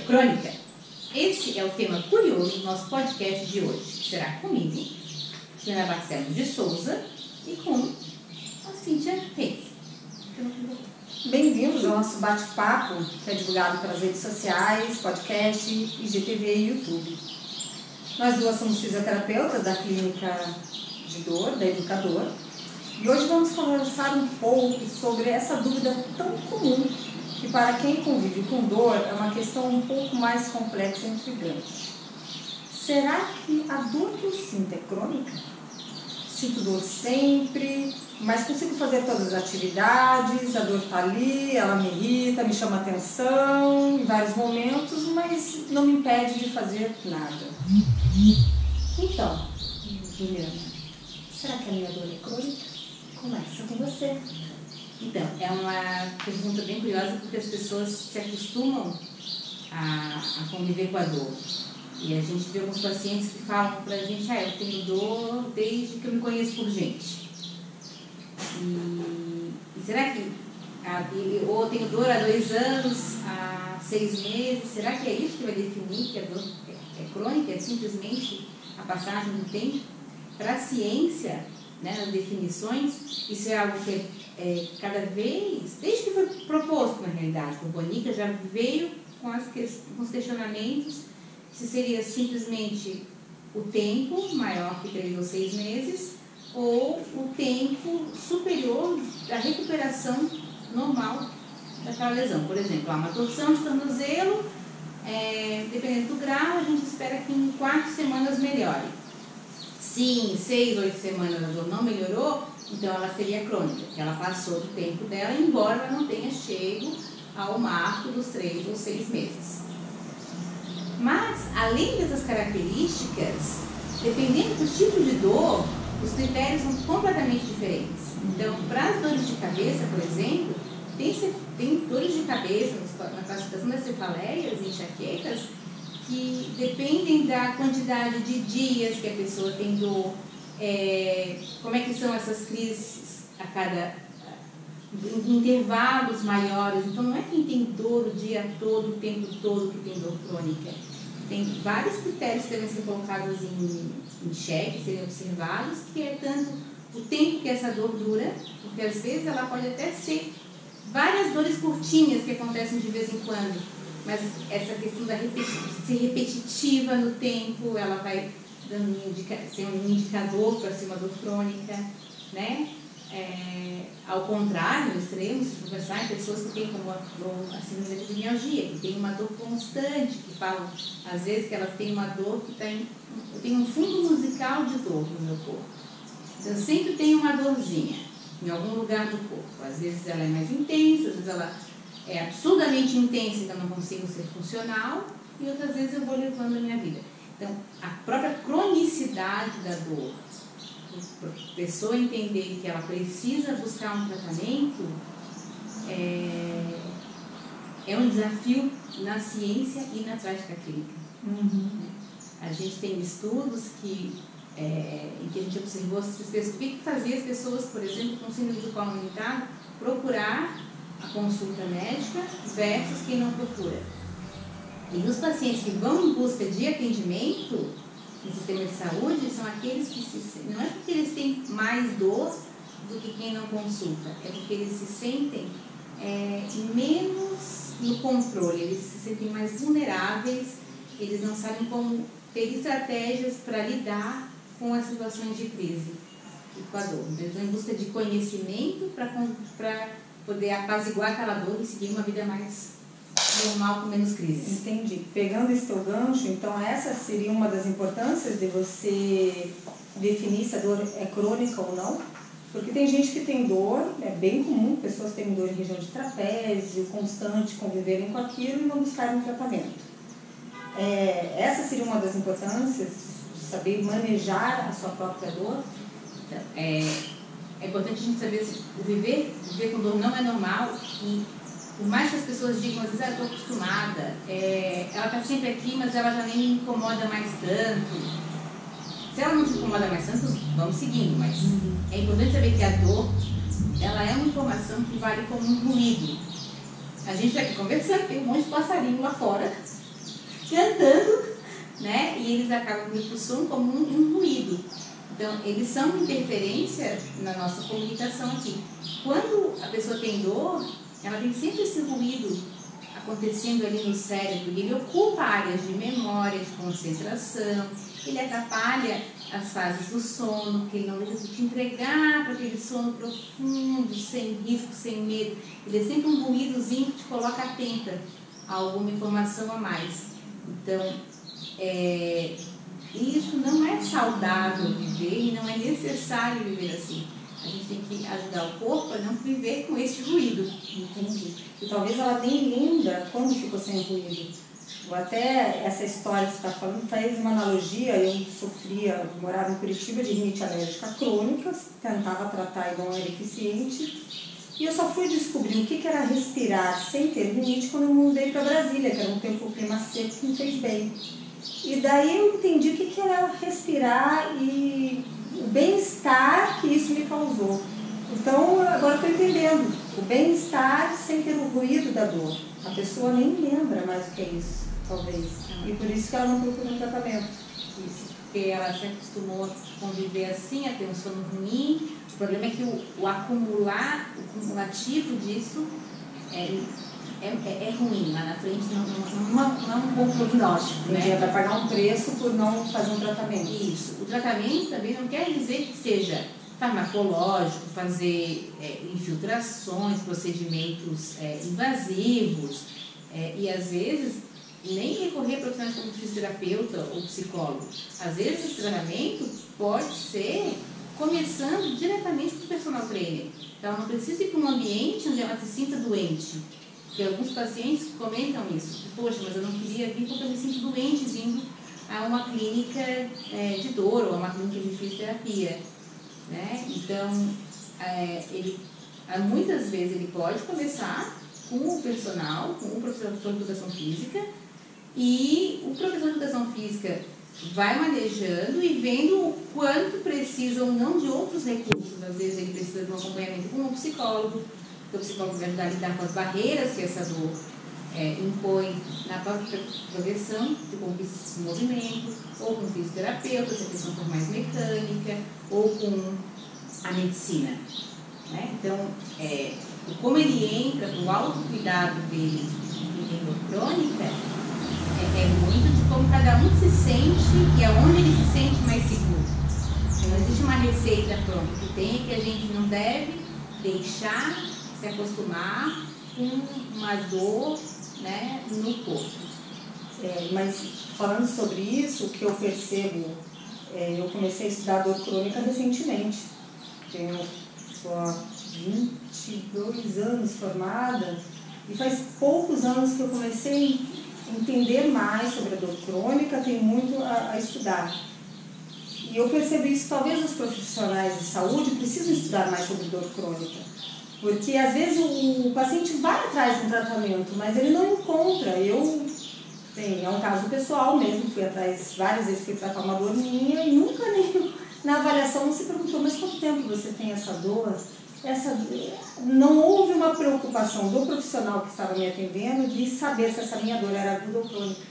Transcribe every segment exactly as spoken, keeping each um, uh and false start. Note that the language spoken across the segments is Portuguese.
crônica. Esse é o tema curioso do nosso podcast de hoje. Será comigo, Juliana Barcelos de Souza, e com a Cíntia Reis. Bem-vindos ao nosso bate-papo, que é divulgado pelas redes sociais, podcast, I G T V e YouTube. Nós duas somos fisioterapeutas da clínica de dor, da Educador, e hoje vamos conversar um pouco sobre essa dúvida tão comum, que para quem convive com dor é uma questão um pouco mais complexa e intrigante. Será que a dor que eu sinto é crônica? Sinto dor sempre, mas consigo fazer todas as atividades, a dor está ali, ela me irrita, me chama atenção em vários momentos, mas não me impede de fazer nada. Então, Juliana, será que a minha dor é crônica? Começa com você. Então, é uma pergunta bem curiosa, porque as pessoas se acostumam a, a conviver com a dor. E a gente vê alguns pacientes que falam pra gente, ah, eu tenho dor desde que eu me conheço por gente. E, e será que, a, ou eu tenho dor há dois anos, há seis meses, será que é isso que vai definir que a dor é, é crônica? É simplesmente a passagem do tempo? Para a ciência, né, nas definições, isso é algo que é, é cada vez, desde que foi proposto na realidade, o Bonica já veio com, as, com os questionamentos se seria simplesmente o tempo maior que três ou seis meses ou o tempo superior da recuperação normal daquela lesão. Por exemplo, uma torção de tornozelo, é, dependendo do grau, a gente espera que em quatro semanas melhore. Se em seis, oito semanas a dor não melhorou, então ela seria crônica, porque ela passou do tempo dela, embora ela não tenha chego ao marco dos três ou seis meses. Mas, além dessas características, dependendo do tipo de dor, os critérios são completamente diferentes. Então, para as dores de cabeça, por exemplo, tem, tem dores de cabeça na classificação das cefaleias e enxaquecas que dependem da quantidade de dias que a pessoa tem dor, é, como é que são essas crises a cada em intervalos maiores. Então, não é quem tem dor o dia todo, o tempo todo, que tem dor crônica. Tem vários critérios que devem ser colocados em, em xeque, serem observados, que é tanto o tempo que essa dor dura, porque às vezes ela pode até ser várias dores curtinhas que acontecem de vez em quando, mas essa questão da repeti- ser repetitiva no tempo, ela vai dando um indica- ser um indicador para ser uma dor crônica, né? É, ao contrário, no extremo, se conversar em pessoas que têm como a, a síndrome da fibromialgia, que tem uma dor constante, que falam às vezes que elas têm uma dor que tem, eu tenho um fundo musical de dor no meu corpo. Então, eu sempre tenho uma dorzinha em algum lugar do corpo. Às vezes ela é mais intensa, às vezes ela é absurdamente intensa, então não consigo ser funcional, e outras vezes eu vou levando a minha vida. Então, a própria cronicidade da dor, para a pessoa entender que ela precisa buscar um tratamento, é, é um desafio na ciência e na prática clínica. Uhum. A gente tem estudos que, é, em que a gente observou as pessoas, o que fazia as pessoas, por exemplo, com síndrome do colo limitado, procurar a consulta médica versus quem não procura. E nos pacientes que vão em busca de atendimento no sistema de saúde, são aqueles que se, não é porque eles têm mais dor do que quem não consulta, é porque eles se sentem é, menos no controle, eles se sentem mais vulneráveis, eles não sabem como ter estratégias para lidar com as situações de crise e com a dor. Então, eles vão em busca de conhecimento para poder apaziguar aquela dor e seguir uma vida mais normal, com menos crises. Entendi. Pegando esse teu gancho, então essa seria uma das importâncias de você definir se a dor é crônica ou não? Porque tem gente que tem dor, é bem comum, pessoas terem dor em região de trapézio, constante, conviverem com aquilo e não buscarem um tratamento. É, essa seria uma das importâncias, de saber manejar a sua própria dor? Então, é, é importante a gente saber se o viver, viver com dor não é normal e por mais que as pessoas digam, às vezes, ah, eu estou acostumada, é, ela está sempre aqui, mas ela já nem me incomoda mais tanto. Se ela não te incomoda mais tanto, vamos seguindo, mas uhum. é importante saber que a dor, ela é uma informação que vale como um ruído. A gente está aqui conversando, tem um monte de passarinho lá fora, cantando, né? E eles acabam vendo o som como um, um ruído. Então, eles são uma interferência na nossa comunicação aqui. Quando a pessoa tem dor, ela tem sempre esse ruído acontecendo ali no cérebro, e ele ocupa áreas de memória, de concentração, ele atrapalha as fases do sono, porque ele não deixa te entregar para aquele sono profundo, sem risco, sem medo. Ele é sempre um ruídozinho que te coloca atenta a alguma informação a mais. Então, é, isso não é saudável viver e não é necessário viver assim. A gente tem que ajudar o corpo a não viver com esse ruído. Entendi. E talvez ela nem lembra quando ficou sem ruído. Ou até essa história que você está falando faz uma analogia. Eu sofria, eu morava em Curitiba de rinite alérgica crônica, tentava tratar e não era eficiente. E eu só fui descobrir o que era respirar sem ter rinite quando eu mudei para Brasília, que era um tempo o clima seco que me fez bem. E daí eu entendi o que era respirar e o bem-estar que isso me causou. Então, agora estou entendendo. O bem-estar sem ter o ruído da dor. A pessoa nem lembra mais o que é isso, talvez. E por isso que ela não procura um tratamento. Isso, porque ela se acostumou a conviver assim, a ter um sono ruim. O problema é que o, o acumular, o cumulativo disso é, é, é ruim. Lá na frente não, não, não, não é um bom prognóstico, né? Vai pagar um preço por não fazer um tratamento. Isso. O tratamento também não quer dizer que seja farmacológico, fazer é, infiltrações, procedimentos é, invasivos, é, e às vezes nem recorrer a profissionais como fisioterapeuta ou psicólogo. Às vezes esse tratamento pode ser começando diretamente com o personal trainer. Então ela não precisa ir para um ambiente onde ela se sinta doente. Porque alguns pacientes comentam isso. Poxa, mas eu não queria vir porque eu me sinto doente vindo a uma clínica é, de dor ou a uma clínica de fisioterapia. Né? Então, é, ele, muitas vezes ele pode começar com o personal, com o professor de educação física, e o professor de educação física vai manejando e vendo o quanto precisa ou não de outros recursos. Às vezes ele precisa de um acompanhamento com um psicólogo, porque o psicólogo vai ajudar a lidar com as barreiras que essa dor é, impõe na própria progressão, com o movimento, ou com o fisioterapeuta, se a questão for mais mecânica, ou com a medicina. Né? Então, é, como ele entra no autocuidado dele em dor crônica, é, é muito de como cada um se sente e aonde ele se sente mais seguro. Não existe uma receita pronta. O que tem é que a gente não deve deixar se acostumar com uma dor, né, no corpo. É, mas falando sobre isso, o que eu percebo, é, eu comecei a estudar dor crônica recentemente. Tenho há vinte e dois anos formada e faz poucos anos que eu comecei a entender mais sobre a dor crônica, tenho muito a, a estudar. E eu percebo isso, talvez os profissionais de saúde precisam estudar mais sobre dor crônica. Porque às vezes o, o paciente vai atrás de um tratamento, mas ele não encontra. Eu, bem, é um caso pessoal mesmo, fui atrás várias vezes, fui tratar uma dor minha e nunca nem na avaliação não se perguntou, mas quanto tempo você tem essa dor? Essa, não houve uma preocupação do profissional que estava me atendendo de saber se essa minha dor era aguda ou crônica.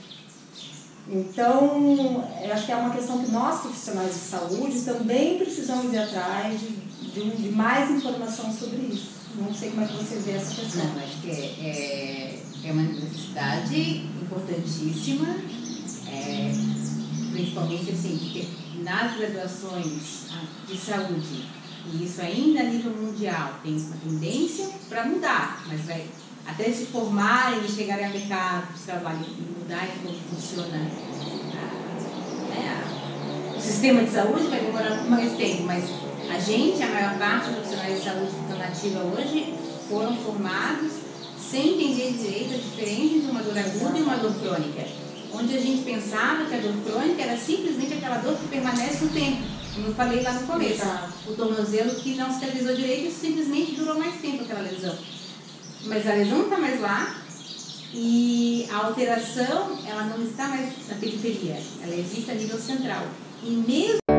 Então, eu acho que é uma questão que nós, profissionais de saúde, também precisamos ir atrás de, de, de mais informação sobre isso. Não sei como é que você vê essa questão. Não, acho que é, é, é uma necessidade importantíssima, é, principalmente assim, porque nas graduações de saúde, e isso ainda a nível mundial, tem uma tendência para mudar, mas vai até se formarem e chegarem ao mercado de trabalho e mudarem como funciona a, né, o sistema de saúde, vai demorar muito mais tempo, mas a gente, a maior parte dos profissionais de saúde que estão na ativa hoje, foram formados sem entender direito a diferença entre uma dor aguda e uma dor crônica. Onde a gente pensava que a dor crônica era simplesmente aquela dor que permanece no tempo, como eu falei lá no começo. Exato. O tornozelo que não cicatrizou direito e simplesmente durou mais tempo aquela lesão. Mas a lesão não está mais lá e a alteração ela não está mais na periferia, ela existe a nível central. E mesmo